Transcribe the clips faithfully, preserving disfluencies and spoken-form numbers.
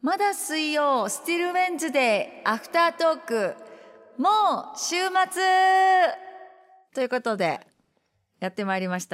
まだ水曜スティルウェンズデーアフタートーク、もう週末ということでやってまいりました、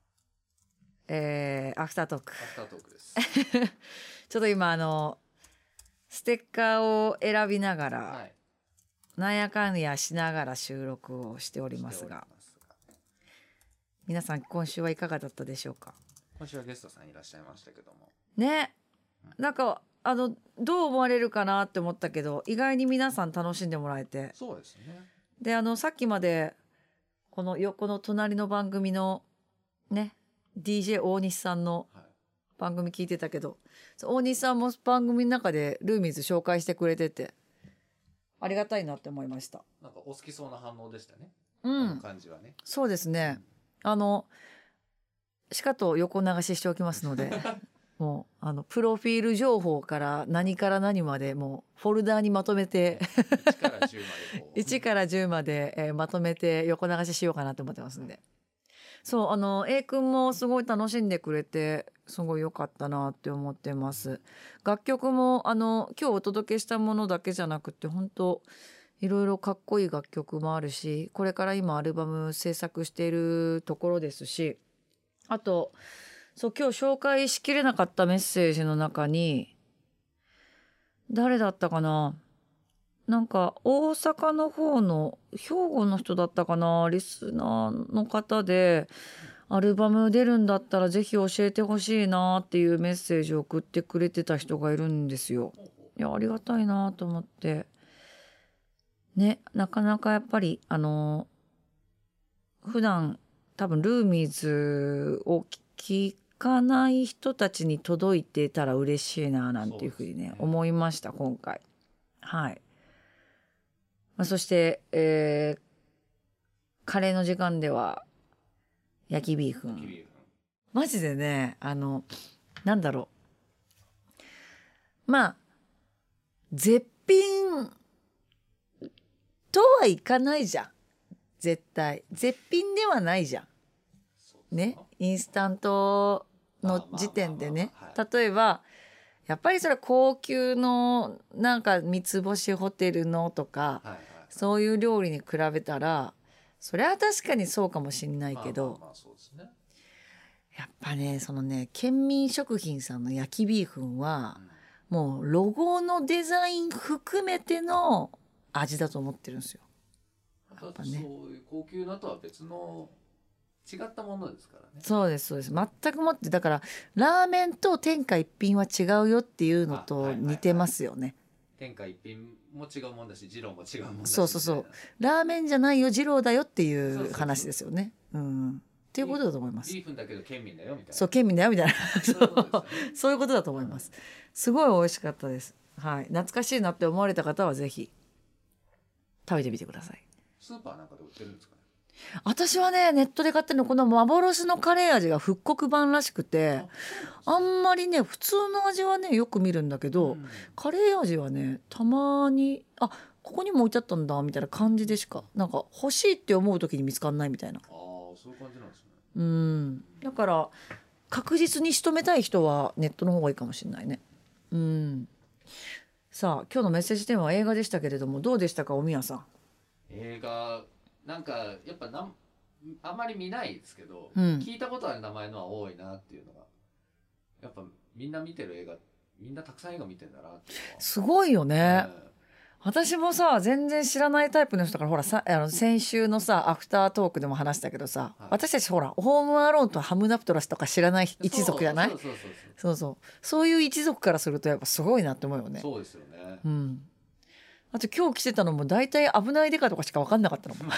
えー、アフタートークアフタートークですちょっと今あのステッカーを選びながら、はい、なんやかんやしながら収録をしておりますが、皆さん今週はいかがだったでしょうか。 今週はゲストさんいらっしゃいましたけどもね、なんかあのどう思われるかなって思ったけど、意外に皆さん楽しんでもらえて。 そうですね。 であのさっきまでこの横の隣の番組のね ディージェー 大西さんの番組聞いてたけど、はい、大西さんも番組の中でルーミーズ紹介してくれててありがたいなって思いました。 なんかお好きそうな反応でしたね。 うん、 あの感じはね。 そうですね、うん、あのしかと横流ししておきますのでもうあのプロフィール情報から何から何までもうフォルダーにまとめていちからじゅうまでこういちからじゅうまで、えー、まとめて横流ししようかなと思ってますんで、そうあの A 君もすごい楽しんでくれてすごい良かったなって思ってます。楽曲もあの今日お届けしたものだけじゃなくて本当いろいろかっこいい楽曲もあるし、これから今アルバム制作しているところですし、あとそう今日紹介しきれなかったメッセージの中に誰だったかな、なんか大阪の方の兵庫の人だったかな、リスナーの方でアルバム出るんだったらぜひ教えてほしいなっていうメッセージを送ってくれてた人がいるんですよ。いやありがたいなと思ってね。なかなかやっぱりあの普段多分ルーミーズを聞かない人たちに届いてたら嬉しいななんていうふうにね、ね思いました今回。はい、まあ、そして、えー、カレーの時間では焼きビーフン、マジでねあのなんだろう、まあ絶品とはいかないじゃん、絶対絶品ではないじゃんね、インスタントの時点でね。例えばやっぱりそれ高級のなんか三つ星ホテルのとか、はいはいはい、そういう料理に比べたらそれは確かにそうかもしんないけど、まあまあまあそうですね、やっぱねそのね県民食品さんの焼きビーフンは、うん、もうロゴのデザイン含めての味だと思ってるんですよ。 やっぱね、そういう高級なとは別の違ったものですからね。 そうですそうです、全くもってだからラーメンと天下一品は違うよっていうのと似てますよね、はいはいはい、 天下一品も違うもんだし二郎も違うもんだし、 そうそうそう、ラーメンじゃないよ二郎だよっていう話ですよね。うん、っていうことだと思います。 ビーフンだけど県民だよみたいな、 そう県民だよみたいなそういうことだと思います。すごい美味しかったです。はい、懐かしいなって思われた方はぜひ食べてみてください。 スーパーなんかで売ってるんですかね。 私はねネットで買ってるのこの幻のカレー味が復刻版らしくて、あんまりね普通の味はねよく見るんだけど、うん、カレー味はねたまにあここにも置いてあったんだみたいな感じでしかなんか欲しいって思う時に見つかんないみたいな。 ああそういう感じなんですね。 うんだから確実に仕留めたい人はネットの方がいいかもしれないね。うんさあ今日のメッセージテーマは映画でしたけれどもどうでしたかおみやさん。 映画なんかやっぱなんあんまり見ないですけど、うん、聞いたことある名前のは多いなっていうのがやっぱみんな見てる映画みんなたくさん映画見てんだなっていうのはすごいよね、うん、私もさ全然知らないタイプの人からほらさあの先週のさアフタートークでも話したけどさ、はい、私たちほらホームアローンとハムナプトラスとか知らない一族じゃない。そうそうそうそうそうそうそういう一族からするとやっぱすごいなって思うよね。 そうですよね、 うん、あと今日来てたのも大体危ないデカとかしか分かんなかったのも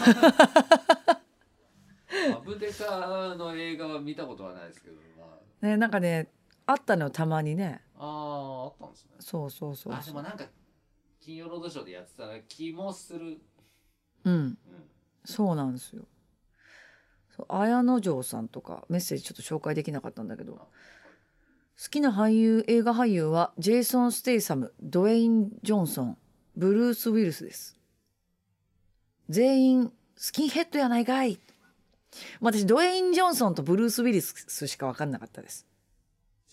アブデカの映画は見たことはないですけど、まあね、なんかねあったのよたまにね。 あああったんですね。 そうそうそうそう。 あでもなんか金曜ロードショーでやってた気もする。 うん、うん、そうなんですよ。綾野城さんとかメッセージちょっと紹介できなかったんだけど、好きな俳優映画俳優はジェイソン・ステイサム、ドウェイン・ジョンソン、ブルース・ウィルスです。全員スキンヘッドやないかい。私ドウェイン・ジョンソンとブルース・ウィリスしか分かんなかったです。 ジ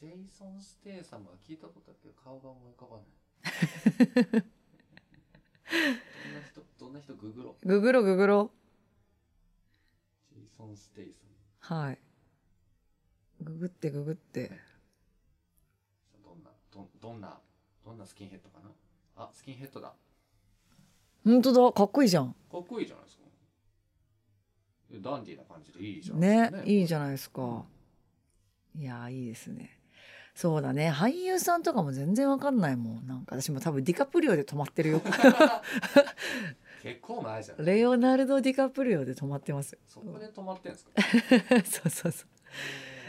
ジェイソン・ステイサムは聞いたことあるけど顔が思い浮かばない。どんな人どんな人ググロググロググロ。 ジェイソン・ステイサム。 はい。ググってググって。 どんなどどんなどんなスキンヘッドかな。あ、スキンヘッドだ。 本当だ、かっこいいじゃん。 かっこいいじゃないですか。ダンディーな感じでいいじゃんね。 ね、いいじゃないですか。うん、いやいいですね。そうだね、俳優さんとかも全然わかんないもん。なんか私も多分ディカプリオで止まってるよ。 結構前じゃん。 レオナルド・ディカプリオで止まってます。 そこで止まってんですか。 そうそうそう。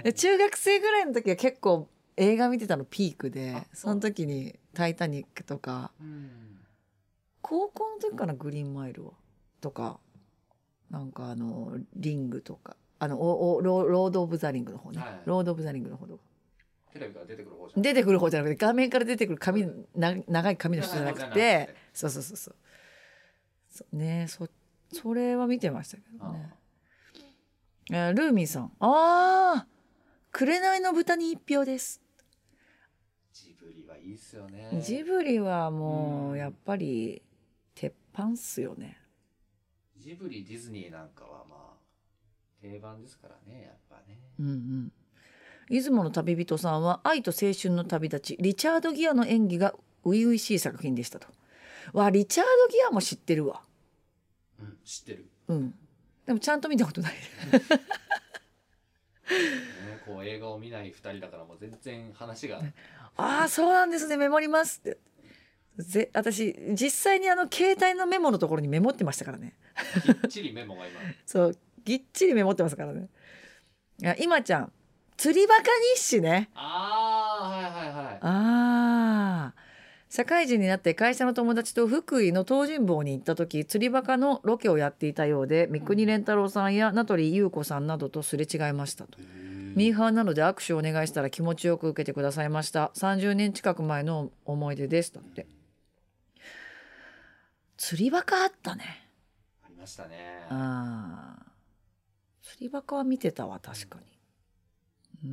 中学生ぐらいの時は結構映画見てたのピークで、その時に「タイタニック」とか、うん、高校の時かな、グリーンマイルはとか、なんかあのリングとか、あのおおロロード・オブ・ザ・リングの方ね、はい、ロード・オブ・ザ・リングの方とか。 テレビから出てくる方じゃなくて、 出てくる方じゃなくて画面から出てくる髪な長い髪の人じゃなくて、そうそうそうそうそうね、そそれは見てましたけどね。あ、ルーミーさん、ああ紅の豚に一票です。 ジブリはいいっすよね。 ジブリはもうやっぱり鉄板っすよね。 ジブリ、ディズニーなんかはまあ定番ですからね、やっぱね。 うんうん。出雲の旅人さんは愛と青春の旅立ち、リチャード・ギアの演技が初々しい作品でしたと。わ、リチャード・ギアも知ってるわ。 うん、知ってる。 うん。でもちゃんと見たことない。ね、 こう映画を見ないふたりだからもう全然話が。 ああ、そうなんですね、メモりますって。ぜ私実際にあの携帯のメモのところにメモってましたからね。 ぎっちりメモが今。 そうぎっちりメモってますからね。いや今ちゃん釣りバカ日誌ね。 ああ、はいはいはい。 ああ、社会人になって会社の友達と福井の東尋坊に行った時、釣りバカのロケをやっていたようで、三國連太郎さんや名取裕子さんなどとすれ違いましたと。ミーハーなので握手をお願いしたら気持ちよく受けてくださいました。さんじゅうねん近く前の思い出ですだって。釣りバカあったね。 ありましたね。 ああ、釣りバカは見てたわ、確かに。うん、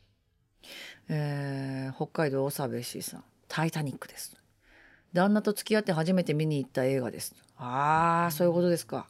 えー、北海道長部氏さん、タイタニックです。旦那と付き合って初めて見に行った映画です。ああ、そういうことですか。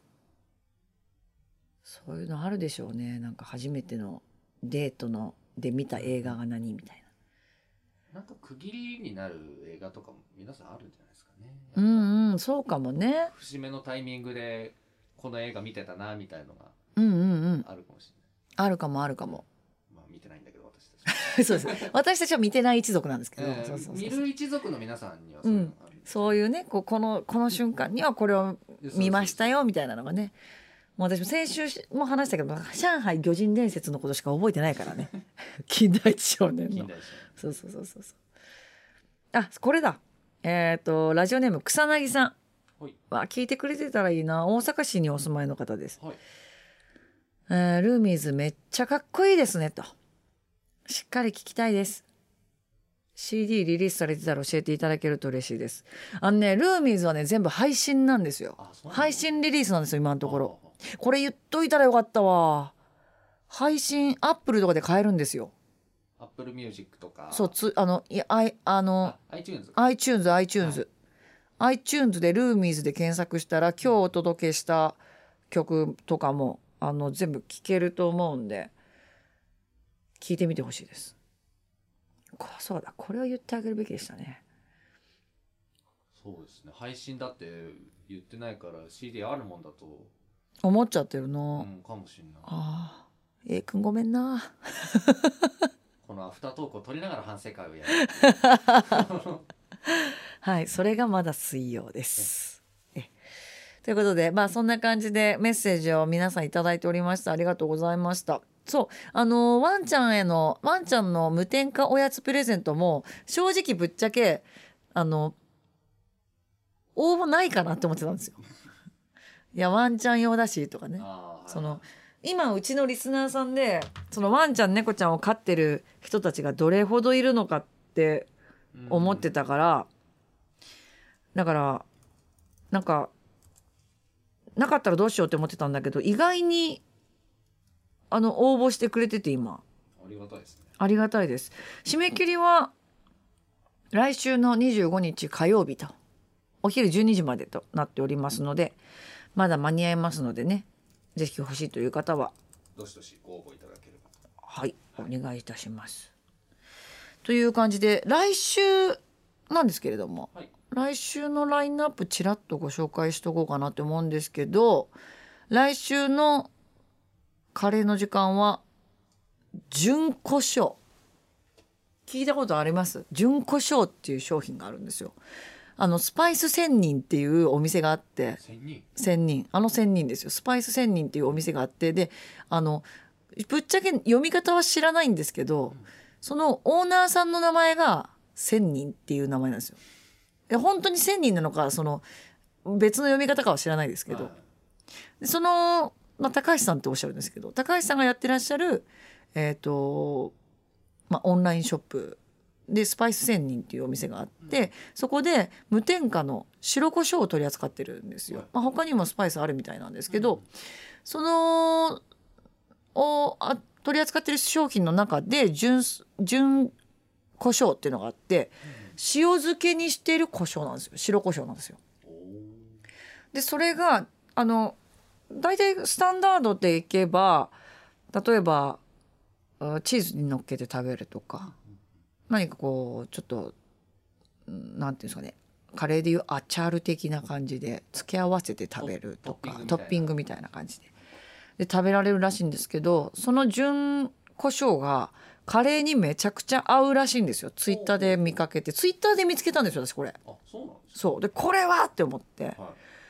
そういうのあるでしょうね。なんか初めてのデートので見た映画が何みたいな。なんか区切りになる映画とかも皆さんあるんじゃないですかね。 うんうん、そうかもね。 節目のタイミングでこの映画見てたなみたいのがうんうんうんあるかもしれない。 あるかもあるかも。 まあ見てないんだけど私たち。 そうです。私たちは見てない一族なんですけど、 えー、そうそうそうそう、見る一族の皆さんにはそういうのがある、うん、そういうね、こうこのこの瞬間にはこれを見ましたよみたいなのがね。もう私も先週も話したけど、上海魚人伝説のことしか覚えてないからね。金田一少年の。そうそうそうそう。あ、これだ。えっとラジオネーム草薙さん。はい、わ、聞いてくれてたらいいな。大阪市にお住まいの方です。はい、えー、ルーミーズめっちゃかっこいいですねと。しっかり聞きたいです。シーディー リリースされてたら教えていただけると嬉しいです。あのね、ルーミーズはね全部配信なんですよ。配信リリースなんですよ今のところ。これ言っといたらよかったわ。配信アップルとかで買えるんですよ。 アップルミュージックとか。 そうつあのいあいあのあ iTunes iTunes iTunes、はい、iTunes でルーミーズで検索したら今日お届けした曲とかもあの全部聴けると思うんで聞いてみてほしいです。そうだ、これを言ってあげるべきでしたね。 そうですね、配信だって言ってないから シーディー あるもんだと思っちゃってるの、 うん、かもしれない。 ああ、Aくんごめんな。 このアフタートークを取りながら反省会をやる。 はい、それがまだ水曜です。えということで、まあそんな感じでメッセージを皆さんいただいておりました。ありがとうございました。そう、あのワンちゃんへのワンちゃんの無添加おやつプレゼントも正直ぶっちゃけあの応募ないかなって思ってたんですよ。いやワンちゃん用だしとかね。その今うちのリスナーさんでそのワンちゃん猫ちゃんを飼ってる人たちがどれほどいるのかって思ってたから、だからなんかなかったらどうしようって思ってたんだけど意外にあの応募してくれてて今ありがたいですね。 ありがたいです。締め切りは来週のにじゅうごにち火曜日とお昼じゅうにじまでとなっておりますので、まだ間に合いますのでね、ぜひ欲しいという方はどしどしご応募いただければ。 はい、お願いいたします。という感じで来週なんですけれども、 はい、 来週のラインナップちらっとご紹介しとこうかなと思うんですけど、来週のカレーの時間は純胡椒、聞いたことあります？純胡椒っていう商品があるんですよ。あのスパイス仙人っていうお店があって、 仙人仙人あの仙人ですよ。スパイス仙人っていうお店があって、であのぶっちゃけ読み方は知らないんですけど、うん、そのオーナーさんの名前が仙人っていう名前なんですよ。で本当に仙人なのかその別の読み方かは知らないですけど、はい、でその、まあ、高橋さんっておっしゃるんですけど、高橋さんがやってらっしゃるえっとまあ、オンラインショップでスパイス仙人っていうお店があって、うん、そこで無添加の白胡椒を取り扱ってるんですよ。まあ、他にもスパイスあるみたいなんですけど、うん、そのおあ取り扱ってる商品の中で純純胡椒っていうのがあって、うん、塩漬けにしている胡椒なんですよ。白胡椒なんですよ。でそれがあの大体スタンダードでいけば、例えばチーズに乗っけて食べるとか、何かこうちょっとなんていうんですかね、カレーでいうアチャール的な感じで付け合わせて食べるとか、トッピングみたいな感じでで食べられるらしいんですけど、その純胡椒がカレーにめちゃくちゃ合うらしいんですよ。ツイッターで見かけて、ツイッターで見つけたんですよ私これ。 あ、そうなんですか。 そうでこれはって思って、はい、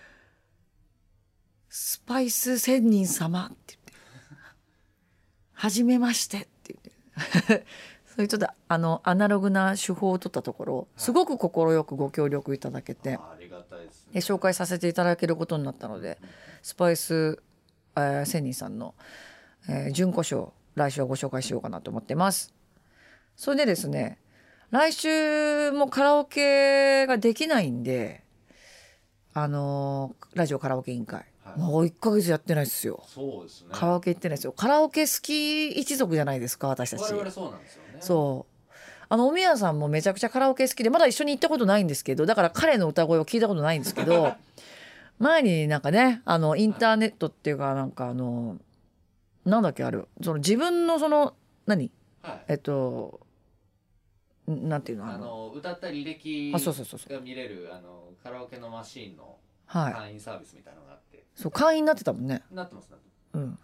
スパイス仙人様って言ってはじめましてって言ってそういうちょっとあのアナログな手法を取ったところ、すごく快くご協力いただけて、 ありがたいですね。 で紹介させていただけることになったので、スパイス、えー、仙人さんの、えー、純胡椒来週はご紹介しようかなと思ってます。それでですね、来週もカラオケができないんで、あのー、ラジオカラオケ委員会、はい、もういっかげつやってないですよ。 そうですね。 カラオケ行ってないですよ。カラオケ好き一族じゃないですか私たち。 我々そうなんですよね。 そうあのおみやさんもめちゃくちゃカラオケ好きで、まだ一緒に行ったことないんですけど、だから彼の歌声を聞いたことないんですけど前になんかね、あのインターネットっていうかなんかあのなんだっけ、あるその自分のその何、はい、えっとなんていうの、 あの歌った履歴が見れるあのカラオケのマシーンの会員サービスみたいなのがあって、はい、 そう会員になってたもんね。 なってます、なってます。 うん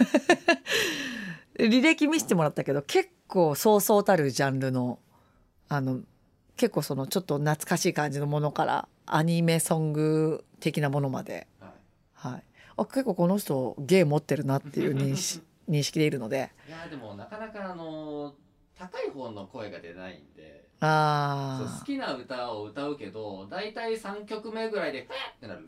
履歴見せてもらったけど結構そうそうたるジャンルのあの結構そのちょっと懐かしい感じのものからアニメソング的なものまで、はいはい、あ結構この人芸持ってるなっていう認識認識でいるので、 いやでもなかなかあの高い方の声が出ないんで、 あそう好きな歌を歌うけどだいたいさんきょくめぐらいでファーってなる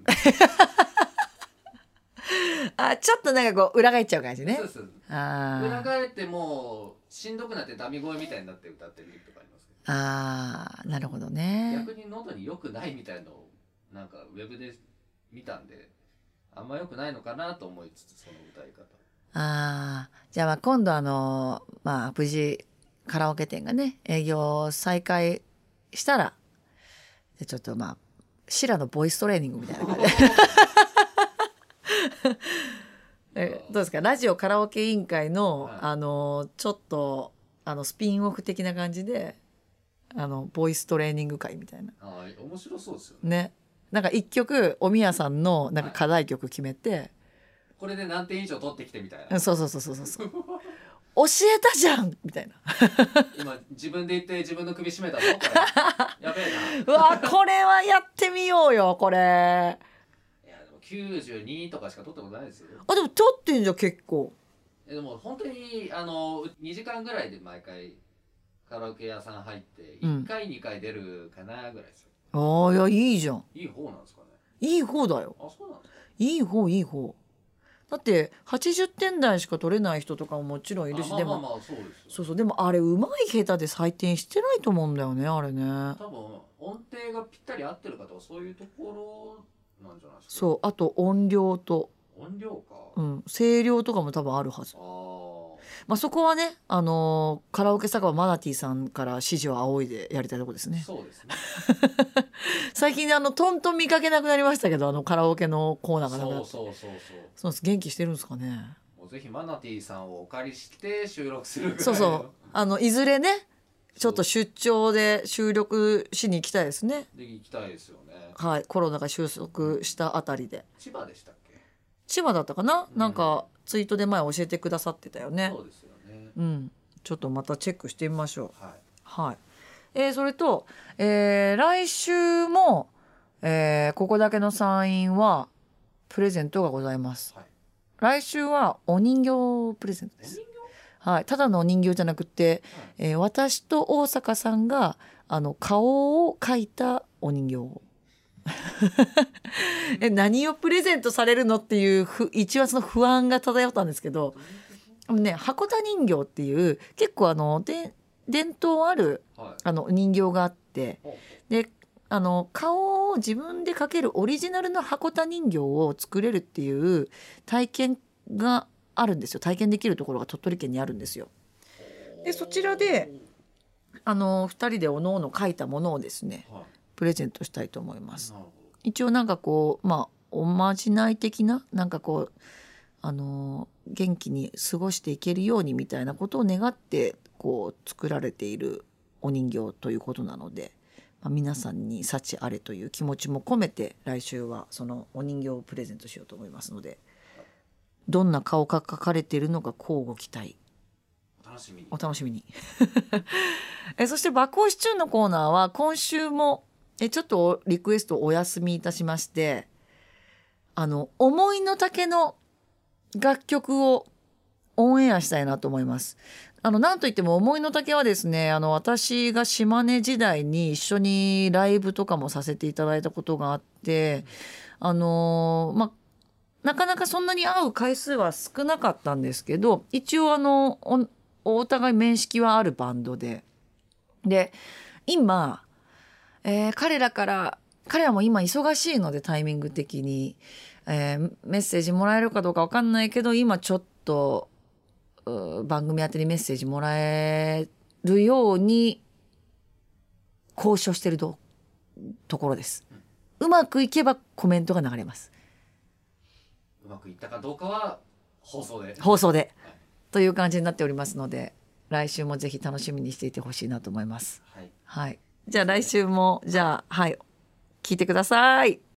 あちょっとなんかこう裏返っちゃう感じね。 そうそうあ裏返ってもうしんどくなってダミ声みたいになって歌ってるとかありますけど、 あーなるほどね。 逆に喉に良くないみたいのをなんかウェブで見たんで、あんま良くないのかなと思いつつその歌い方。 あじゃあまあ今度あのまあ無事カラオケ店がね営業再開したらちょっとまあシラのボイストレーニングみたいな感じでえどうですか、ラジオカラオケ委員会の、はい、あのちょっとあのスピンオフ的な感じであのボイストレーニング会みたいな。 あ面白そうですよね。ねなんか一曲おみやさんのなんか課題曲決めて、はい、 これで何点以上取ってきてみたいな。 そうそうそうそうそう教えたじゃんみたいな今自分で言って自分の首絞めたぞこれやべえなうわこれはやってみようよこれ。いやでもきゅうじゅうにとかしか取ったことないですよ。 あでも取ってんじゃん結構。 えでも本当にあのにじかんぐらいで毎回カラオケ屋さん入っていっかい、うん、にかい出るかなぐらいですよ。 ああいやいいじゃん。 いい方なんですかね。 いい方だよ。 あそうなんですか。 いい方いい方だってはちじゅってん台しか取れない人とかももちろんいるし、でもそうそうでもあれうまい下手で採点してないと思うんだよねあれね。 多分音程がぴったり合ってる方はそういうところなんじゃないですか。 そうあと音量と音量か、 うん、声量とかも多分あるはず。 あまあ、そこはね、あのーカラオケ酒場マナティさんから指示を仰いでやりたいところですね。 そうですね。 最近あのトントン見かけなくなりましたけど、あのカラオケのコーナーがなくなって。 そうそうそうそう。 そうです。元気してるんですかね。 もうぜひマナティさんをお借りして収録するぐらいの。 そうそう。あのいずれね、ちょっと出張で収録しに行きたいですね。 で行きたいですよね。 はい、コロナが収束したあたりで。 千葉でしたっけ？ 千葉だったかな、 うん、 なんかツイートで前教えてくださってたよね。 そうですよね。 うん、ちょっとまたチェックしてみましょう。 はい。 はい。えー、それと、えー、来週も、えー、ここだけの山陰はプレゼントがございます。はい、来週はお人形プレゼントです。はい、ただのお人形じゃなくて、はい、えー、私と大阪さんがあの顔を描いたお人形をえ何をプレゼントされるのっていうふ一月の不安が漂ったんですけど、ね、箱田人形っていう結構あので伝統ある、はい、あの人形があって、であの顔を自分で描けるオリジナルの箱田人形を作れるっていう体験があるんですよ。体験できるところが鳥取県にあるんですよ。でそちらであのふたりでおのおの描いたものをですね、はい、プレゼントしたいと思います。一応なんかこうまあおまじない的ななんかこうあの元気に過ごしていけるようにみたいなことを願ってこう作られているお人形ということなので、まあ、皆さんに幸あれという気持ちも込めて来週はそのお人形をプレゼントしようと思いますので、どんな顔が描かれているのか乞うご期待。 楽しみにお楽しみにえそして爆香シチューのコーナーは今週もえちょっとリクエストをお休みいたしまして、あの思いの丈の楽曲をオンエアしたいなと思います。あのなんといっても思いの丈はですね、あの私が島根時代に一緒にライブとかもさせていただいたことがあって、あのまあなかなかそんなに会う回数は少なかったんですけど、一応あの お, お互い面識はあるバンドで、で今、えー、彼らから彼らも今忙しいのでタイミング的に、えー、メッセージもらえるかどうか分かんないけど、今ちょっと番組宛てにメッセージもらえるように交渉してるとところです。うまくいけばコメントが流れます。 うまくいったかどうかは放送で放送で、はい、という感じになっておりますので、来週もぜひ楽しみにしていてほしいなと思います。はい、はい、じゃあ来週もじゃあはい聞いてください。